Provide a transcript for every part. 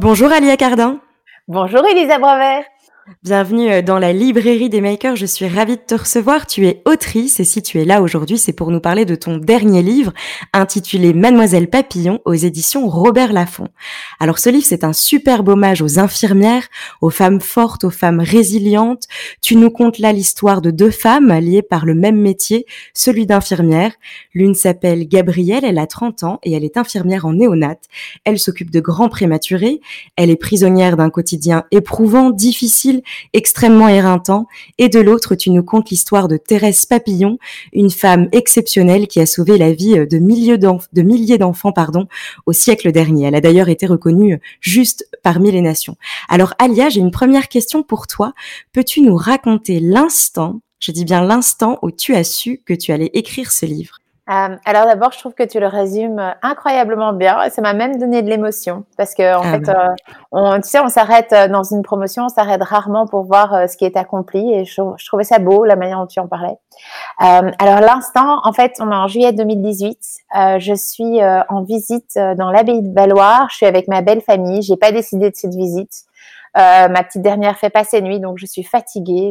Bonjour Alia Cardin, Bonjour Elisa Brevet. bienvenue dans la librairie des makers, je suis ravie de te recevoir. Tu es autrice et si tu es là aujourd'hui, c'est pour nous parler de ton dernier livre intitulé Mademoiselle Papillon aux éditions Robert Laffont. Alors ce livre, c'est un superbe hommage aux infirmières, aux femmes fortes, aux femmes résilientes. Tu nous contes là l'histoire de deux femmes liées par le même métier, celui d'infirmière. L'une s'appelle Gabrielle, elle a 30 ans et elle est infirmière en néonat. Elle s'occupe de grands prématurés. Elle est prisonnière d'un quotidien éprouvant, difficile, extrêmement éreintant. Et de l'autre, tu nous contes l'histoire de Thérèse Papillon, une femme exceptionnelle qui a sauvé la vie de milliers d'enfants au siècle dernier. Elle a d'ailleurs été reconnue juste parmi les nations. Alors Alia, j'ai une première question pour toi. Peux-tu nous raconter l'instant, je dis bien l'instant où tu as su que tu allais écrire ce livre? Alors d'abord, je trouve que tu le résumes incroyablement bien et ça m'a même donné de l'émotion parce que en Ah fait, bah. on s'arrête dans une promotion, on s'arrête rarement pour voir ce qui est accompli et je trouvais ça beau la manière dont tu en parlais. Alors l'instant, en fait, on est en juillet 2018. Je suis en visite dans l'abbaye de Valloire. Je suis avec ma belle famille. J'ai pas décidé de cette visite. Ma petite dernière fait passer nuit, donc je suis fatiguée.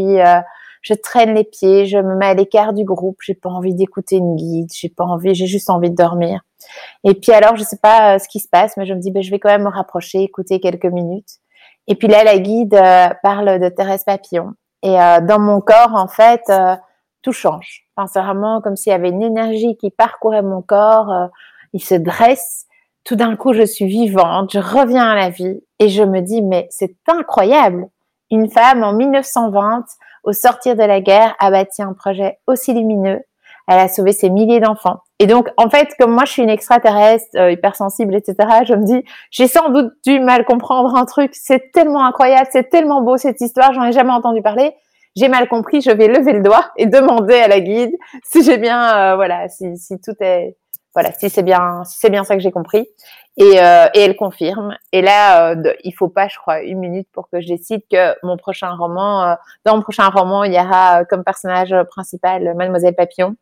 Je traîne les pieds, je me mets à l'écart du groupe, j'ai pas envie d'écouter une guide, j'ai juste envie de dormir. Et puis alors, je sais pas ce qui se passe, mais je me dis, je vais quand même me rapprocher, écouter quelques minutes. Et puis là, la guide parle de Thérèse Papillon. Et dans mon corps, en fait, tout change. Enfin, c'est vraiment comme s'il y avait une énergie qui parcourait mon corps, il se dresse. Tout d'un coup, je suis vivante, je reviens à la vie et je me dis, mais c'est incroyable. Une femme en 1920, au sortir de la guerre, a bâti un projet aussi lumineux. Elle a sauvé ces milliers d'enfants. Et donc, en fait, comme moi, je suis une extraterrestre, hypersensible, etc., je me dis, j'ai sans doute dû mal comprendre un truc. C'est tellement incroyable, c'est tellement beau cette histoire, j'en ai jamais entendu parler. J'ai mal compris, je vais lever le doigt et demander à la guide si j'ai bien, si tout est, voilà, si c'est bien ça que j'ai compris. Et elle confirme. Et là, il faut pas, je crois, une minute pour que je décide que mon prochain roman, dans mon prochain roman, il y aura comme personnage principal Mademoiselle Papillon.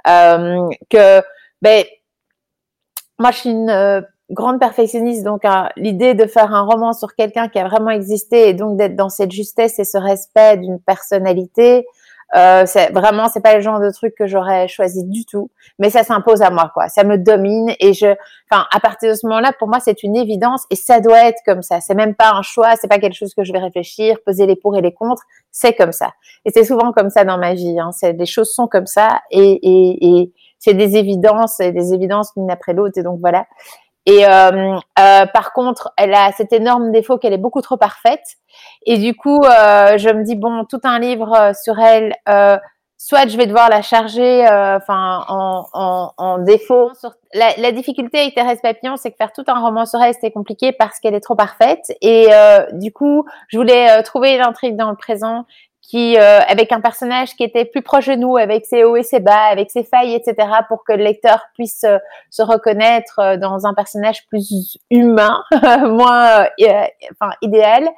Que, moi, je suis une grande perfectionniste, donc l'idée de faire un roman sur quelqu'un qui a vraiment existé et donc d'être dans cette justesse et ce respect d'une personnalité, c'est pas le genre de truc que j'aurais choisi du tout, mais ça s'impose à moi, quoi. Ça me domine et à partir de ce moment-là, pour moi, c'est une évidence et ça doit être comme ça. C'est même pas un choix, c'est pas quelque chose que je vais réfléchir, peser les pour et les contre. C'est comme ça. Et c'est souvent comme ça dans ma vie, hein. Les choses sont comme ça et c'est des évidences et des évidences l'une après l'autre et donc voilà. Et par contre, elle a cet énorme défaut qu'elle est beaucoup trop parfaite. Et du coup, je me dis bon, tout un livre sur elle, soit je vais devoir la charger, en défaut. La difficulté avec Thérèse Papillon, c'est que faire tout un roman sur elle, c'était compliqué parce qu'elle est trop parfaite. Et du coup, je voulais trouver une intrigue dans le présent qui avec un personnage qui était plus proche de nous, avec ses hauts et ses bas, avec ses failles, etc., pour que le lecteur puisse se reconnaître dans un personnage plus humain, moins idéal.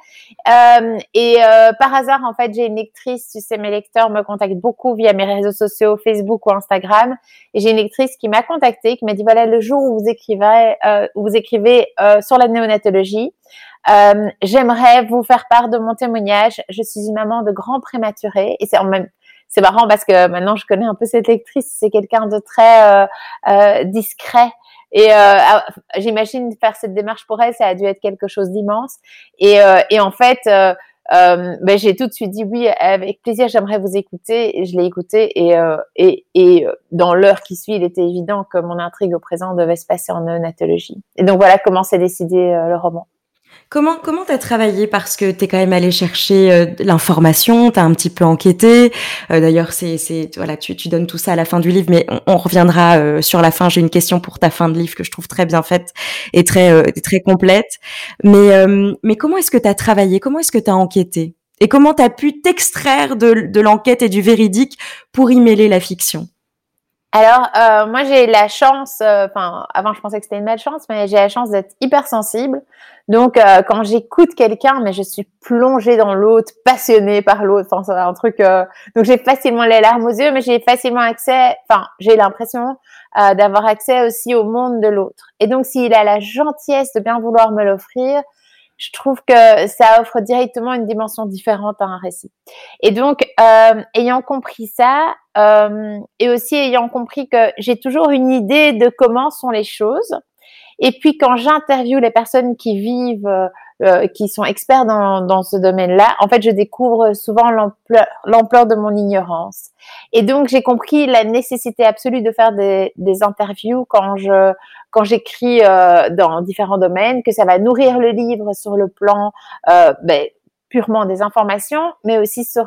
Par hasard, en fait, j'ai une lectrice, tu sais, mes lecteurs me contactent beaucoup via mes réseaux sociaux, Facebook ou Instagram, et j'ai une lectrice qui m'a contactée, qui m'a dit, voilà, le jour où vous écrivez sur la néonatologie, j'aimerais vous faire part de mon témoignage. Je suis une maman de grands prématurés et c'est marrant parce que maintenant je connais un peu cette lectrice. C'est quelqu'un de très discret et j'imagine faire cette démarche pour elle, ça a dû être quelque chose d'immense. Et en fait, j'ai tout de suite dit oui, avec plaisir, j'aimerais vous écouter. Et je l'ai écouté et dans l'heure qui suit, il était évident que mon intrigue au présent devait se passer en néonatologie. Et donc voilà comment s'est décidé le roman. Comment t'as travaillé? Parce que t'es quand même allé chercher l'information, t'as un petit peu enquêté. D'ailleurs, voilà, tu donnes tout ça à la fin du livre, mais on reviendra sur la fin. J'ai une question pour ta fin de livre que je trouve très bien faite et très complète. Mais comment est-ce que t'as travaillé? Comment est-ce que t'as enquêté? Et comment t'as pu t'extraire de l'enquête et du véridique pour y mêler la fiction? Alors, moi, j'ai la chance, avant, je pensais que c'était une malchance, mais j'ai la chance d'être hypersensible. Donc, quand j'écoute quelqu'un, mais je suis plongée dans l'autre, passionnée par l'autre. Enfin, c'est un truc. Donc, j'ai facilement les larmes aux yeux, mais j'ai facilement accès. Enfin, j'ai l'impression d'avoir accès aussi au monde de l'autre. Et donc, s'il a la gentillesse de bien vouloir me l'offrir, je trouve que ça offre directement une dimension différente à un récit. Et donc, ayant compris ça, et aussi ayant compris que j'ai toujours une idée de comment sont les choses, et puis quand j'interviewe les personnes qui vivent, qui sont experts dans ce domaine-là, en fait, je découvre souvent l'ampleur de mon ignorance. Et donc, j'ai compris la nécessité absolue de faire des interviews quand j'écris dans différents domaines, que ça va nourrir le livre sur le plan purement des informations, mais aussi sur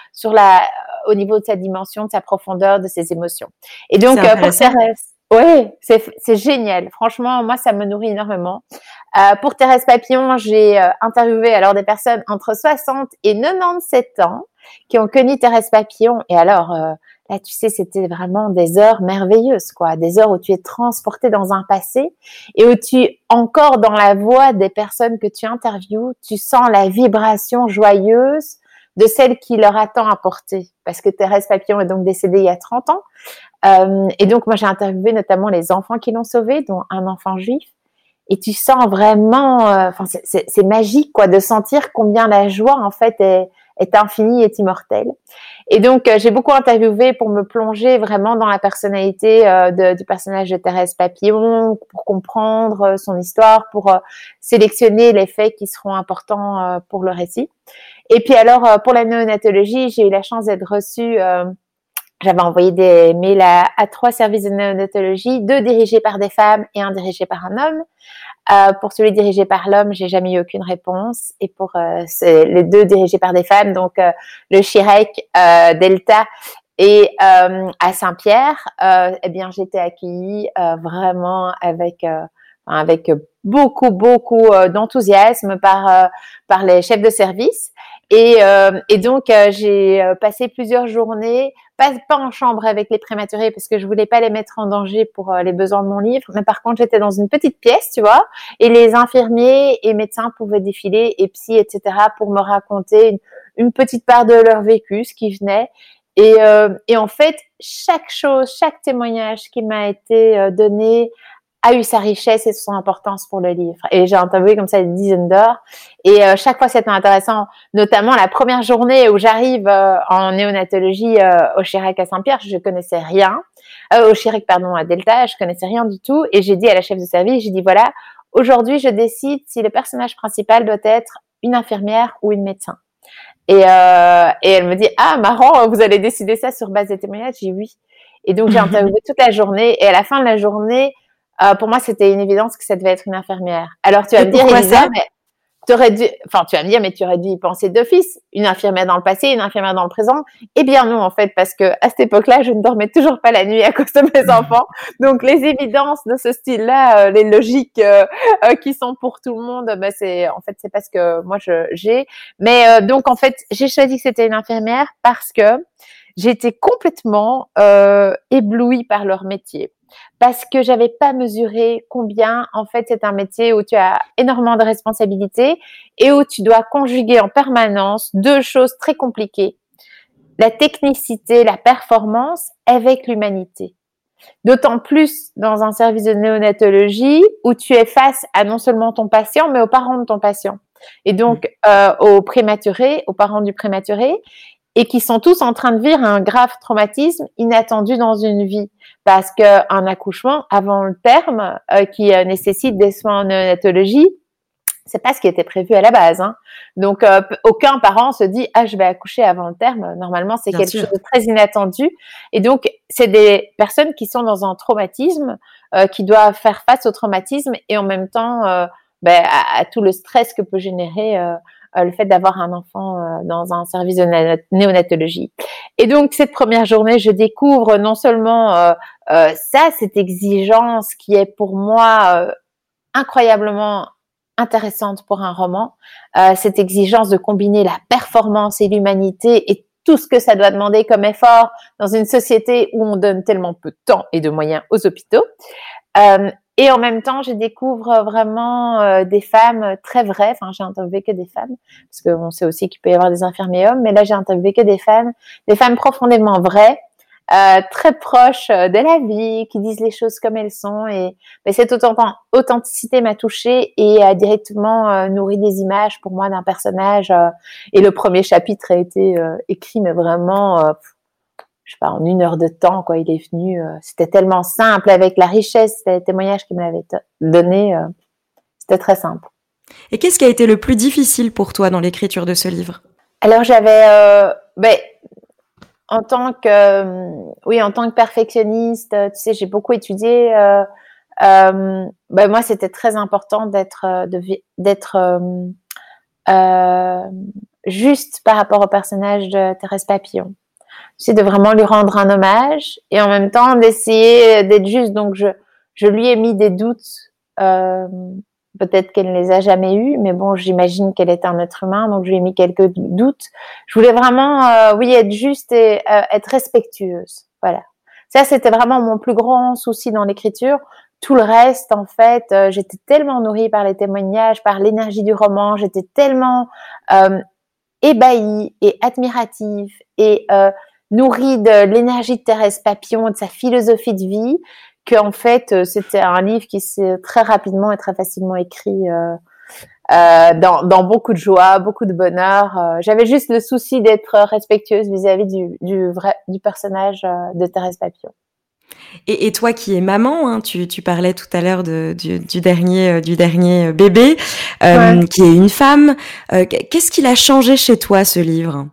au niveau de sa dimension, de sa profondeur, de ses émotions. Et donc, pour Thérèse, oui, c'est génial. Franchement, moi, ça me nourrit énormément. Pour Thérèse Papillon, j'ai interviewé alors des personnes entre 60 et 97 ans qui ont connu Thérèse Papillon. Et alors, là, tu sais, c'était vraiment des heures merveilleuses, quoi. Des heures où tu es transporté dans un passé et où encore dans la voix des personnes que tu interviewes, tu sens la vibration joyeuse de celle qui leur a tant apporté. Parce que Thérèse Papillon est donc décédée il y a 30 ans. Et donc, moi, j'ai interviewé notamment les enfants qui l'ont sauvée, dont un enfant juif. Et tu sens vraiment, c'est magique, quoi, de sentir combien la joie, en fait, est infinie, est immortelle. Et donc, j'ai beaucoup interviewé pour me plonger vraiment dans la personnalité du personnage de Thérèse Papillon, pour comprendre son histoire, pour sélectionner les faits qui seront importants pour le récit. Et puis alors, pour la néonatologie, j'ai eu la chance d'être reçue. J'avais envoyé des mails à 3 services de néonatologie, 2 dirigés par des femmes et 1 dirigé par un homme. Pour celui dirigé par l'homme, j'ai jamais eu aucune réponse. Et pour les 2 dirigés par des femmes, donc le Chirec Delta et à Saint-Pierre, eh bien j'étais accueillie vraiment avec beaucoup d'enthousiasme par les chefs de service. Et donc j'ai passé plusieurs journées, pas en chambre avec les prématurés parce que je voulais pas les mettre en danger pour les besoins de mon livre, mais par contre j'étais dans une petite pièce, tu vois, et les infirmiers et médecins pouvaient défiler, et psy, etc., pour me raconter une petite part de leur vécu, ce qui venait. Et en fait, chaque témoignage qui m'a été donné a eu sa richesse et son importance pour le livre. Et j'ai interviewé comme ça des dizaines d'heures. Et chaque fois, c'était intéressant. Notamment la première journée où j'arrive en néonatologie au Chirec à Saint-Pierre, je connaissais rien. Au Chirec, pardon, à Delta, je connaissais rien du tout. Et j'ai dit à la chef de service, j'ai dit voilà, aujourd'hui, je décide si le personnage principal doit être une infirmière ou une médecin. Et elle me dit ah marrant, vous allez décider ça sur base des témoignages. J'ai dit oui. Et donc j'ai interviewé toute la journée. Et à la fin de la journée, pour moi, c'était une évidence que ça devait être une infirmière. Alors, tu vas me dire, Elisa, mais tu vas me dire, mais tu aurais dû y penser d'office. Une infirmière dans le passé, une infirmière dans le présent. Eh bien non, en fait, parce que à cette époque-là, je ne dormais toujours pas la nuit à cause de mes enfants. Donc, les évidences de ce style-là, les logiques qui sont pour tout le monde, c'est parce que moi, j'ai. Mais donc, en fait, j'ai choisi que c'était une infirmière parce que j'étais complètement éblouie par leur métier. Parce que j'avais pas mesuré combien, en fait, c'est un métier où tu as énormément de responsabilités et où tu dois conjuguer en permanence 2 choses très compliquées. La technicité, la performance avec l'humanité. D'autant plus dans un service de néonatologie où tu es face à non seulement ton patient, mais aux parents de ton patient. Et donc, aux prématurés, aux parents du prématuré, et qui sont tous en train de vivre un grave traumatisme inattendu dans une vie. Parce qu'un accouchement avant le terme, qui nécessite des soins en néonatologie, c'est pas ce qui était prévu à la base. Hein. Donc, aucun parent se dit « Ah, je vais accoucher avant le terme ». Normalement, c'est quelque chose de très inattendu. Et donc, c'est des personnes qui sont dans un traumatisme, qui doivent faire face au traumatisme et en même temps à tout le stress que peut générer le fait d'avoir un enfant dans un service de néonatologie. Et donc, cette première journée, je découvre non seulement cette exigence qui est pour moi incroyablement intéressante pour un roman, cette exigence de combiner la performance et l'humanité et tout ce que ça doit demander comme effort dans une société où on donne tellement peu de temps et de moyens aux hôpitaux. Et en même temps, je découvre vraiment des femmes très vraies. Enfin, j'ai interviewé que des femmes, parce qu'on sait aussi qu'il peut y avoir des infirmiers hommes, mais là, j'ai interviewé que des femmes profondément vraies, très proches de la vie, qui disent les choses comme elles sont. Et mais cette authenticité m'a touchée et a directement nourri des images pour moi d'un personnage. Et le premier chapitre a été écrit, mais vraiment, je sais pas, en 1 heure de temps, quoi. Il est venu, c'était tellement simple, avec la richesse des témoignages qu'il m'avait donné. C'était très simple. Et qu'est-ce qui a été le plus difficile pour toi dans l'écriture de ce livre? Alors j'avais, en tant que perfectionniste, tu sais, j'ai beaucoup étudié. Moi, c'était très important d'être juste par rapport au personnage de Thérèse Papillon. Tu sais, de vraiment lui rendre un hommage et en même temps d'essayer d'être juste. Donc, je lui ai mis des doutes. Peut-être qu'elle ne les a jamais eus, mais bon, j'imagine qu'elle est un être humain, donc je lui ai mis quelques doutes. Je voulais vraiment, être juste et être respectueuse. Voilà. Ça, c'était vraiment mon plus grand souci dans l'écriture. Tout le reste, en fait, j'étais tellement nourrie par les témoignages, par l'énergie du roman. J'étais tellement ébahie et admirative et nourrie de l'énergie de Thérèse Papillon, de sa philosophie de vie, qu'en fait, c'était un livre qui s'est très rapidement et très facilement écrit dans beaucoup de joie, beaucoup de bonheur. J'avais juste le souci d'être respectueuse vis-à-vis du personnage de Thérèse Papillon. Et toi qui es maman, hein, tu parlais tout à l'heure du dernier bébé, qui est une femme. Qu'est-ce qu'il a changé chez toi, ce livre?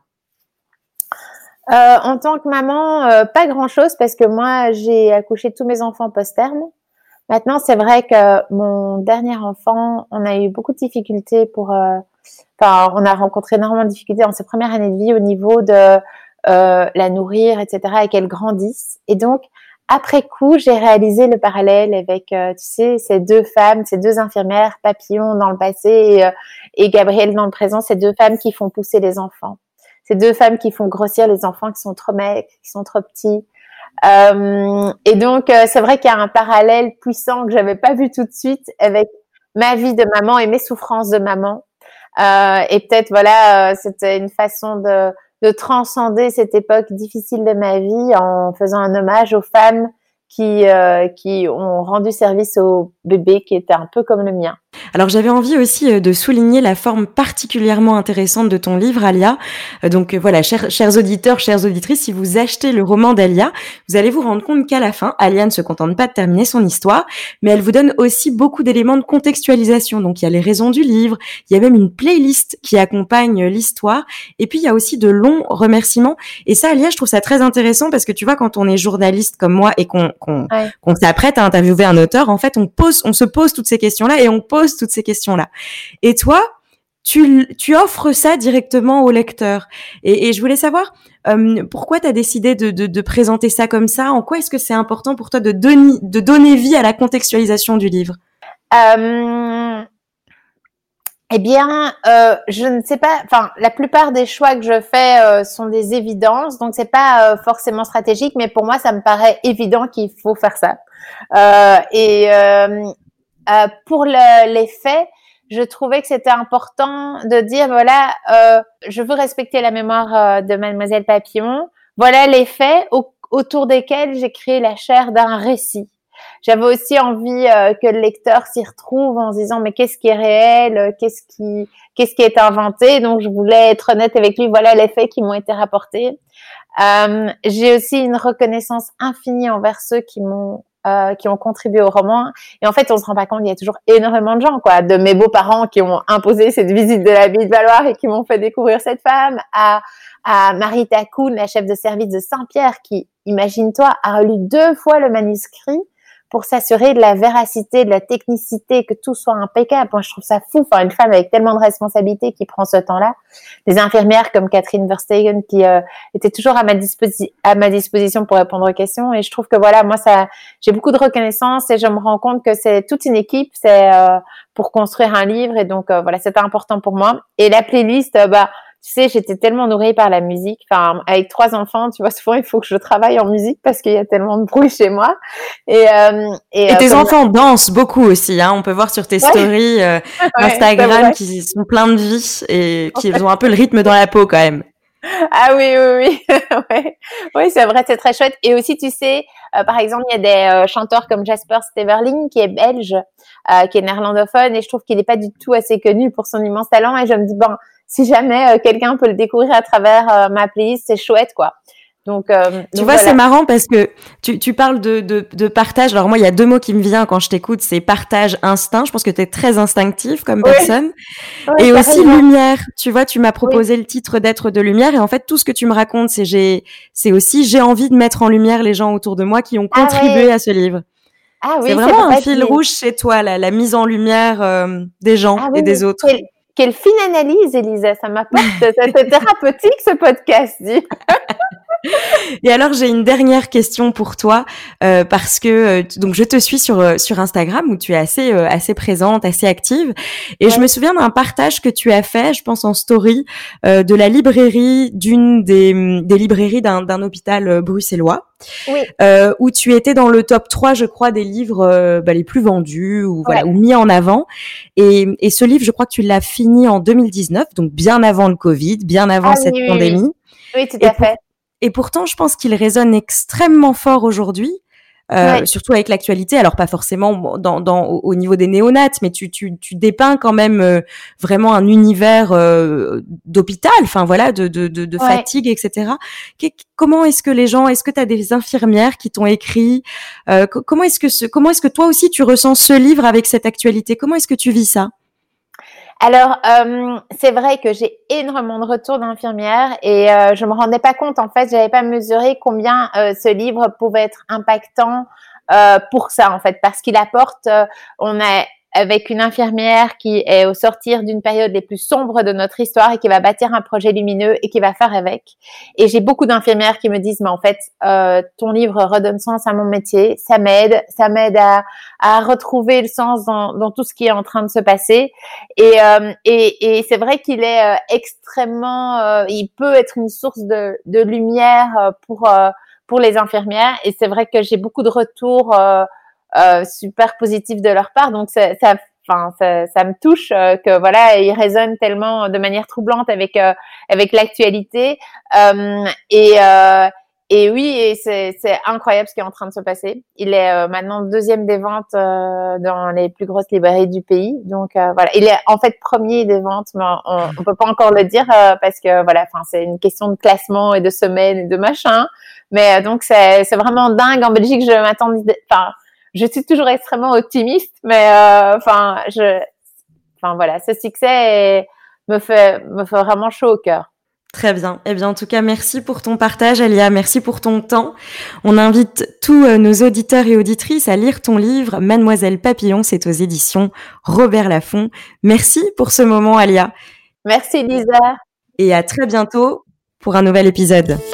En tant que maman, pas grand-chose, parce que moi, j'ai accouché tous mes enfants post-terme. Maintenant, c'est vrai que mon dernier enfant, on a eu beaucoup de difficultés on a rencontré énormément de difficultés dans ses premières années de vie au niveau de la nourrir, etc., et qu'elle grandisse. Et donc, après coup, j'ai réalisé le parallèle avec, tu sais, ces deux femmes, ces deux infirmières, Papillon dans le passé et Gabrielle dans le présent, ces deux femmes qui font pousser les enfants. Ces deux femmes qui font grossir les enfants qui sont trop maigres, qui sont trop petits. Et donc, c'est vrai qu'il y a un parallèle puissant que j'avais pas vu tout de suite avec ma vie de maman et mes souffrances de maman. Et peut-être, voilà, c'était une façon de transcender cette époque difficile de ma vie en faisant un hommage aux femmes qui ont rendu service au bébé qui était un peu comme le mien. Alors j'avais envie aussi de souligner la forme particulièrement intéressante de ton livre, Alia. Donc voilà, chers auditeurs, chères auditrices, si vous achetez le roman d'Alia, vous allez vous rendre compte qu'à la fin, Alia ne se contente pas de terminer son histoire, mais elle vous donne aussi beaucoup d'éléments de contextualisation. Donc il y a les raisons du livre, il y a même une playlist qui accompagne l'histoire, et puis il y a aussi de longs remerciements. Et ça, Alia, je trouve ça très intéressant parce que tu vois, quand on est journaliste comme moi et qu'on s'apprête à interviewer un auteur, en fait, on se pose toutes ces questions-là et on pose toutes ces questions-là. Et toi, tu offres ça directement au lecteur. Et je voulais savoir pourquoi tu as décidé de présenter ça comme ça. En quoi est-ce que c'est important pour toi de donner vie à la contextualisation du livre? Eh bien, je ne sais pas. Enfin, la plupart des choix que je fais sont des évidences, donc c'est pas forcément stratégique, mais pour moi, ça me paraît évident qu'il faut faire ça. Pour les faits, je trouvais que c'était important de dire, voilà, je veux respecter la mémoire de Mademoiselle Papillon. Voilà les faits autour desquels j'ai créé la chair d'un récit. J'avais aussi envie que le lecteur s'y retrouve en se disant, mais qu'est-ce qui est réel, qu'est-ce qui est inventé. Donc, je voulais être honnête avec lui. Voilà les faits qui m'ont été rapportés. J'ai aussi une reconnaissance infinie envers ceux qui ont contribué au roman. Et en fait, on se rend pas compte, il y a toujours énormément de gens, quoi, de mes beaux-parents qui ont imposé cette visite de l'abbaye de Valoir et qui m'ont fait découvrir cette femme, à Marie Tacoun, la chef de service de Saint-Pierre, qui, imagine-toi, a relu 2 fois le manuscrit pour s'assurer de la véracité, de la technicité, que tout soit impeccable. Moi, je trouve ça fou. Enfin, une femme avec tellement de responsabilités qui prend ce temps-là. Des infirmières comme Catherine Verstegen qui étaient toujours à ma disposition pour répondre aux questions. Et je trouve que voilà, moi, j'ai beaucoup de reconnaissance et je me rends compte que c'est toute une équipe. C'est pour construire un livre. Et donc, voilà, c'était important pour moi. Et la playlist, tu sais, j'étais tellement nourrie par la musique. Enfin, avec 3 enfants, tu vois, souvent, il faut que je travaille en musique parce qu'il y a tellement de bruit chez moi. Et tes enfants dansent beaucoup aussi, hein. On peut voir sur tes stories Instagram qui sont pleins de vie et qui ont un peu le rythme dans la peau quand même. Ah oui, oui, oui. Ouais. Oui, c'est vrai, c'est très chouette. Et aussi, tu sais, par exemple, il y a des chanteurs comme Jasper Steverling, qui est belge, qui est néerlandophone, et je trouve qu'il n'est pas du tout assez connu pour son immense talent. Et je me dis, bon, si jamais quelqu'un peut le découvrir à travers ma playlist, c'est chouette, quoi. Donc tu vois, voilà. C'est marrant parce que tu parles de partage. Alors moi, il y a deux mots qui me viennent quand je t'écoute, c'est partage, instinct. Je pense que tu es très instinctif comme personne. Oui, et aussi lumière. Tu vois, tu m'as proposé le titre d'être de lumière. Et en fait, tout ce que tu me racontes, c'est aussi j'ai envie de mettre en lumière les gens autour de moi qui ont contribué à ce livre. Ah oui, c'est vraiment un fil rouge chez toi, la mise en lumière des gens et des autres. Quelle fine analyse, Elisa. Ça m'apporte, c'est thérapeutique ce podcast. Et alors j'ai une dernière question pour toi parce que donc je te suis sur Instagram où tu es assez présente, assez active et je me souviens d'un partage que tu as fait, je pense en story de la librairie d'une des librairies d'un hôpital bruxellois. Oui. Où tu étais dans le top 3, je crois, des livres les plus vendus ou voilà, ou mis en avant. Et ce livre, je crois que tu l'as fini en 2019, donc bien avant le Covid, bien avant cette pandémie. Oui, tout à fait. Et pourtant, je pense qu'il résonne extrêmement fort aujourd'hui, surtout avec l'actualité. Alors pas forcément au niveau des néonates, mais tu dépeins quand même vraiment un univers d'hôpital, enfin voilà, de fatigue, etc. Comment est-ce que les gens, est-ce que tu as des infirmières qui t'ont écrit comment est-ce que toi aussi tu ressens ce livre avec cette actualité? Comment est-ce que tu vis ça? Alors, c'est vrai que j'ai énormément de retours d'infirmières et je me rendais pas compte, en fait, j'avais pas mesuré combien ce livre pouvait être impactant pour ça, en fait, parce qu'il apporte, on est avec une infirmière qui est au sortir d'une période les plus sombres de notre histoire et qui va bâtir un projet lumineux et qui va faire avec. Et j'ai beaucoup d'infirmières qui me disent, mais en fait, ton livre redonne sens à mon métier, ça m'aide à retrouver le sens dans tout ce qui est en train de se passer. Et c'est vrai qu'il est extrêmement, il peut être une source de lumière pour les infirmières. Et c'est vrai que j'ai beaucoup de retours super positif de leur part, donc ça me touche que voilà, ils résonnent tellement de manière troublante avec l'actualité et oui, et c'est incroyable ce qui est en train de se passer. Il est maintenant deuxième des ventes dans les plus grosses librairies du pays, donc voilà, il est en fait premier des ventes, mais on peut pas encore le dire parce que voilà, enfin c'est une question de classement et de semaines et de machin, mais donc c'est vraiment dingue. En Belgique, je suis toujours extrêmement optimiste, mais voilà, ce succès me fait vraiment chaud au cœur. Très bien. Eh bien, en tout cas, merci pour ton partage, Alia. Merci pour ton temps. On invite tous nos auditeurs et auditrices à lire ton livre, Mademoiselle Papillon. C'est aux éditions Robert Laffont. Merci pour ce moment, Alia. Merci, Lisa. Et à très bientôt pour un nouvel épisode.